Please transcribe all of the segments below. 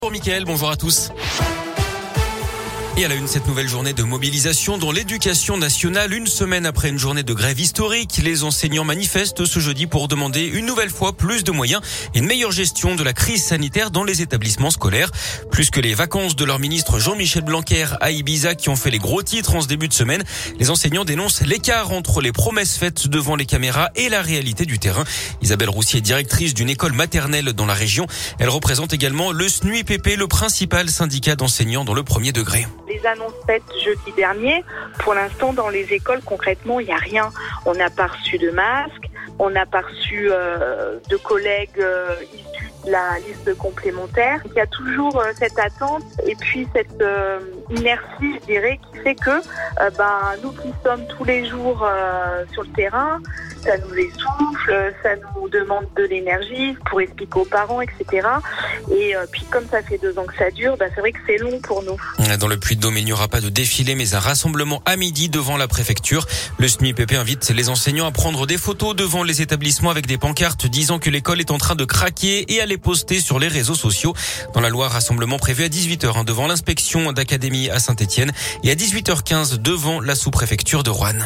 Bonjour Mickaël, bonjour à tous. Et à la une, cette nouvelle journée de mobilisation dans l'éducation nationale. Une semaine après une journée de grève historique, les enseignants manifestent ce jeudi pour demander une nouvelle fois plus de moyens et une meilleure gestion de la crise sanitaire dans les établissements scolaires. Plus que les vacances de leur ministre Jean-Michel Blanquer à Ibiza qui ont fait les gros titres en ce début de semaine, les enseignants dénoncent l'écart entre les promesses faites devant les caméras et la réalité du terrain. Isabelle Roussier est directrice d'une école maternelle dans la région. Elle représente également le SNUIPP, le principal syndicat d'enseignants dans le premier degré. Les annonces faites jeudi dernier, pour l'instant dans les écoles concrètement il n'y a rien. On n'a pas reçu de masques, on n'a pas reçu de collègues issus de la liste complémentaire. Il y a toujours cette attente et puis cette inertie, je dirais, qui fait que nous qui sommes tous les jours sur le terrain, ça nous essouffle, ça nous demande de l'énergie pour expliquer aux parents, etc. Et puis comme ça fait 2 ans que ça dure, c'est vrai que c'est long pour nous. Dans le Puy-de-Dôme, il n'y aura pas de défilé, mais un rassemblement à midi devant la préfecture. Le SNUIPP invite les enseignants à prendre des photos devant les établissements avec des pancartes disant que l'école est en train de craquer et à les poster sur les réseaux sociaux. Dans la Loire, rassemblement prévu à 18h devant l'inspection d'académie à Saint-Étienne et à 18h15 devant la sous-préfecture de Roanne.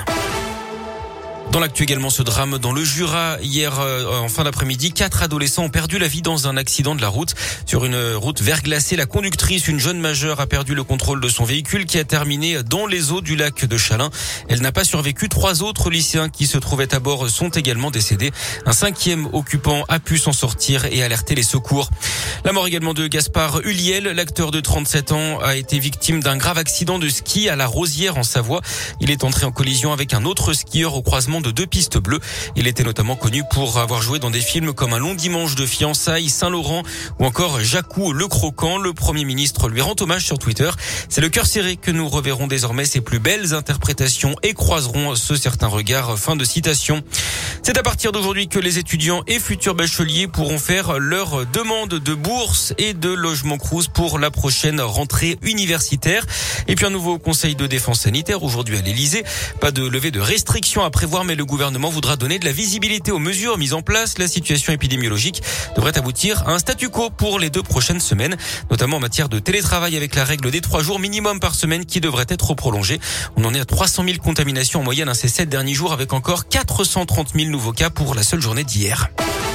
Dans l'actu également, ce drame dans le Jura. Hier, en fin d'après-midi, 4 adolescents ont perdu la vie dans un accident de la route. Sur une route verglacée, la conductrice, une jeune majeure, a perdu le contrôle de son véhicule qui a terminé dans les eaux du lac de Chalin. Elle n'a pas survécu. 3 autres lycéens qui se trouvaient à bord sont également décédés. Un 5e occupant a pu s'en sortir et alerter les secours. La mort également de Gaspard Huliel. L'acteur de 37 ans a été victime d'un grave accident de ski à la Rosière en Savoie. Il est entré en collision avec un autre skieur au croisement de 2 pistes bleues. Il était notamment connu pour avoir joué dans des films comme Un long dimanche de fiançailles, Saint-Laurent ou encore Jacou le Croquant. Le Premier ministre lui rend hommage sur Twitter. C'est le cœur serré que nous reverrons désormais ses plus belles interprétations et croiserons ce certain regard. Fin de citation. C'est à partir d'aujourd'hui que les étudiants et futurs bacheliers pourront faire leur demande de bourse et de logement Crous pour la prochaine rentrée universitaire. Et puis un nouveau conseil de défense sanitaire aujourd'hui à l'Elysée. Pas de levée de restrictions à prévoir, mais le gouvernement voudra donner de la visibilité aux mesures mises en place. La situation épidémiologique devrait aboutir à un statu quo pour les 2 prochaines semaines, notamment en matière de télétravail avec la règle des 3 jours minimum par semaine qui devrait être prolongée. On en est à 300 000 contaminations en moyenne ces 7 derniers jours avec encore 430 000 nouveaux cas pour la seule journée d'hier.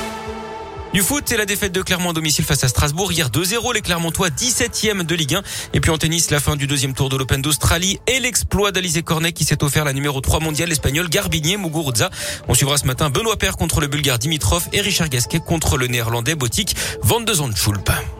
Du foot et la défaite de Clermont à domicile face à Strasbourg. Hier 2-0, les Clermontois 17e de Ligue 1. Et puis en tennis, la fin du 2e tour de l'Open d'Australie et l'exploit d'Alizé Cornet qui s'est offert la numéro 3 mondiale, l'espagnol Garbiñe Muguruza. On suivra ce matin Benoît Paire contre le Bulgare Dimitrov et Richard Gasquet contre le néerlandais Botic van de Zandschulp.